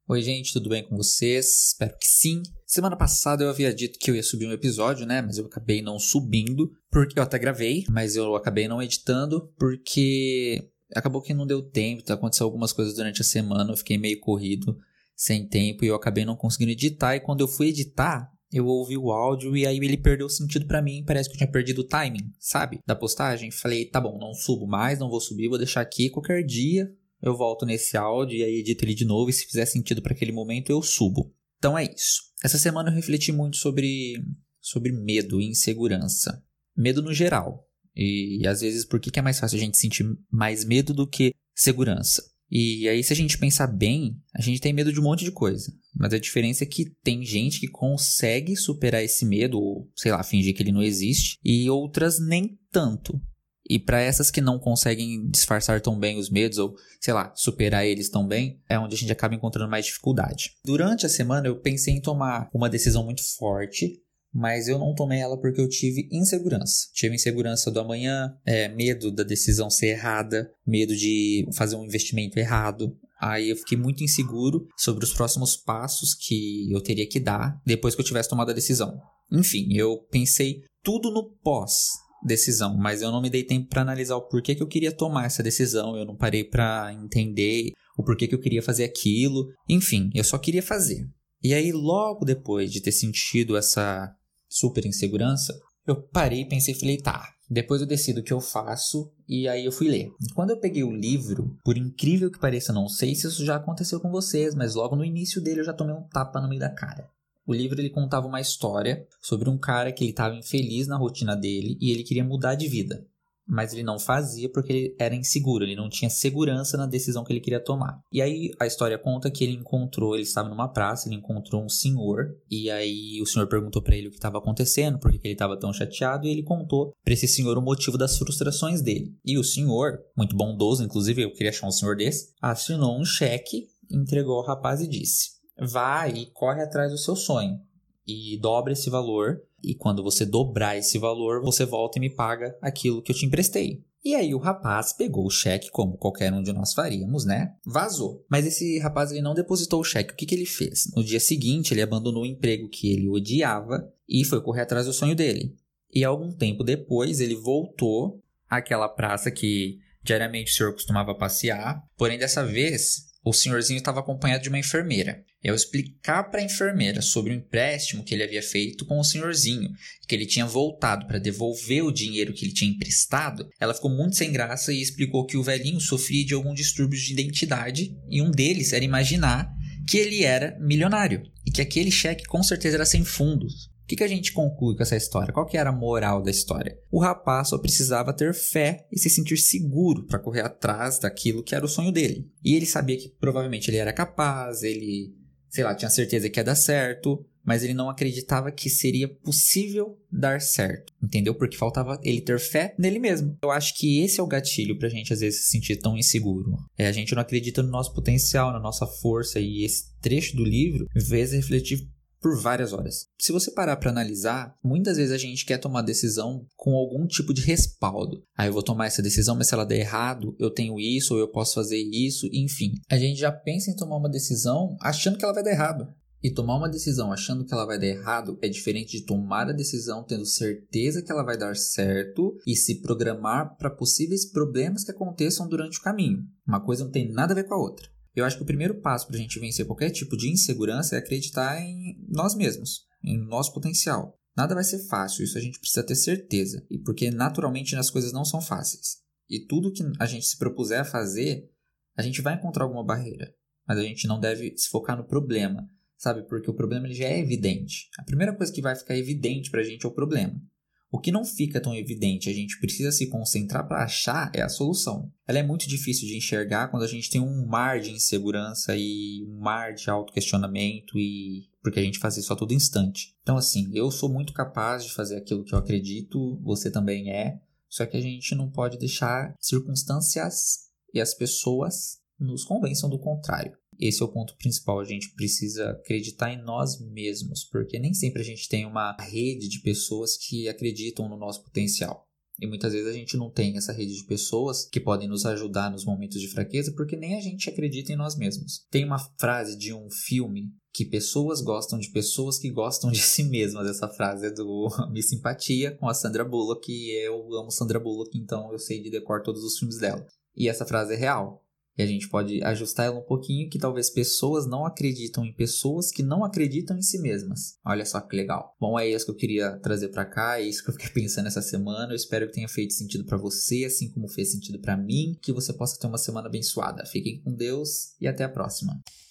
Oi gente, tudo bem com vocês? Espero que sim. Semana passada eu havia dito que eu ia subir um episódio, né? Mas eu acabei não subindo, porque eu até gravei, mas eu acabei não editando, porque acabou que não deu tempo, aconteceu algumas coisas durante a semana, eu fiquei meio corrido, sem tempo, e eu acabei não conseguindo editar, e quando eu fui editar, eu ouvi o áudio e aí ele perdeu o sentido pra mim, parece que eu tinha perdido o timing, sabe? Da postagem. Falei, tá bom, não subo mais, não vou subir, vou deixar aqui, qualquer dia eu volto nesse áudio e aí edito ele de novo e se fizer sentido para aquele momento eu subo. Então é isso. Essa semana eu refleti muito sobre medo e insegurança. Medo no geral. E às vezes por que é mais fácil a gente sentir mais medo do que segurança? E aí se a gente pensar bem, a gente tem medo de um monte de coisa. Mas a diferença é que tem gente que consegue superar esse medo, ou sei lá, fingir que ele não existe, e outras nem tanto. E para essas que não conseguem disfarçar tão bem os medos ou, sei lá, superar eles tão bem, é onde a gente acaba encontrando mais dificuldade. Durante a semana eu pensei em tomar uma decisão muito forte, mas eu não tomei ela porque eu tive insegurança. Tive insegurança do amanhã, medo da decisão ser errada, medo de fazer um investimento errado. Aí eu fiquei muito inseguro sobre os próximos passos que eu teria que dar depois que eu tivesse tomado a decisão. Enfim, eu pensei tudo no pós-decisão, mas eu não me dei tempo para analisar o porquê que eu queria tomar essa decisão, eu não parei para entender o porquê que eu queria fazer aquilo, enfim, eu só queria fazer. E aí logo depois de ter sentido essa super insegurança, eu parei e pensei, falei, tá, depois eu decido o que eu faço e aí eu fui ler. E quando eu peguei o livro, por incrível que pareça, não sei se isso já aconteceu com vocês, mas logo no início dele eu já tomei um tapa no meio da cara. O livro ele contava uma história sobre um cara que ele estava infeliz na rotina dele e ele queria mudar de vida. Mas ele não fazia porque ele era inseguro, ele não tinha segurança na decisão que ele queria tomar. E aí a história conta que ele estava numa praça, ele encontrou um senhor, e aí o senhor perguntou para ele o que estava acontecendo, por que ele estava tão chateado, e ele contou para esse senhor o motivo das frustrações dele. E o senhor, muito bondoso, inclusive eu queria achar um senhor desse, assinou um cheque, entregou ao rapaz e disse: vai e corre atrás do seu sonho e dobra esse valor, e quando você dobrar esse valor, você volta e me paga aquilo que eu te emprestei. E aí o rapaz pegou o cheque, como qualquer um de nós faríamos, né? Vazou. Mas esse rapaz ele não depositou o cheque. O que ele fez? No dia seguinte, ele abandonou o emprego que ele odiava e foi correr atrás do sonho dele. E algum tempo depois, ele voltou àquela praça que diariamente o senhor costumava passear, porém dessa vez o senhorzinho estava acompanhado de uma enfermeira. E ao explicar para a enfermeira sobre o empréstimo que ele havia feito com o senhorzinho, que ele tinha voltado para devolver o dinheiro que ele tinha emprestado, ela ficou muito sem graça e explicou que o velhinho sofria de alguns distúrbios de identidade e um deles era imaginar que ele era milionário e que aquele cheque com certeza era sem fundos. O que a gente conclui com essa história? Qual que era a moral da história? O rapaz só precisava ter fé e se sentir seguro para correr atrás daquilo que era o sonho dele. E ele sabia que provavelmente ele era capaz, ele, tinha certeza que ia dar certo, mas ele não acreditava que seria possível dar certo, entendeu? Porque faltava ele ter fé nele mesmo. Eu acho que esse é o gatilho pra gente às vezes se sentir tão inseguro. A gente não acredita no nosso potencial, na nossa força, e esse trecho do livro me fez refletir por várias horas. Se você parar para analisar, muitas vezes a gente quer tomar decisão com algum tipo de respaldo. Eu vou tomar essa decisão, mas se ela der errado, eu tenho isso, ou eu posso fazer isso, enfim. A gente já pensa em tomar uma decisão achando que ela vai dar errado. E tomar uma decisão achando que ela vai dar errado é diferente de tomar a decisão tendo certeza que ela vai dar certo e se programar para possíveis problemas que aconteçam durante o caminho. Uma coisa não tem nada a ver com a outra. Eu acho que o primeiro passo para a gente vencer qualquer tipo de insegurança é acreditar em nós mesmos, em nosso potencial. Nada vai ser fácil, isso a gente precisa ter certeza, e porque naturalmente as coisas não são fáceis. E tudo que a gente se propuser a fazer, a gente vai encontrar alguma barreira, mas a gente não deve se focar no problema, sabe? Porque o problema ele já é evidente. A primeira coisa que vai ficar evidente para a gente é o problema. O que não fica tão evidente, a gente precisa se concentrar para achar, é a solução. Ela é muito difícil de enxergar quando a gente tem um mar de insegurança e um mar de autoquestionamento, porque a gente faz isso a todo instante. Então assim, eu sou muito capaz de fazer aquilo que eu acredito, você também é, só que a gente não pode deixar circunstâncias e as pessoas nos convençam do contrário. Esse é o ponto principal, a gente precisa acreditar em nós mesmos, porque nem sempre a gente tem uma rede de pessoas que acreditam no nosso potencial. E muitas vezes a gente não tem essa rede de pessoas que podem nos ajudar nos momentos de fraqueza, porque nem a gente acredita em nós mesmos. Tem uma frase de um filme que pessoas gostam de pessoas que gostam de si mesmas. Essa frase é do Miss Simpatia, com a Sandra Bullock, e eu amo Sandra Bullock, então eu sei de decor todos os filmes dela. E essa frase é real. E a gente pode ajustar ela um pouquinho, que talvez pessoas não acreditam em pessoas que não acreditam em si mesmas. Olha só que legal. Bom, é isso que eu queria trazer pra cá, é isso que eu fiquei pensando essa semana. Eu espero que tenha feito sentido pra você, assim como fez sentido pra mim, que você possa ter uma semana abençoada. Fiquem com Deus e até a próxima.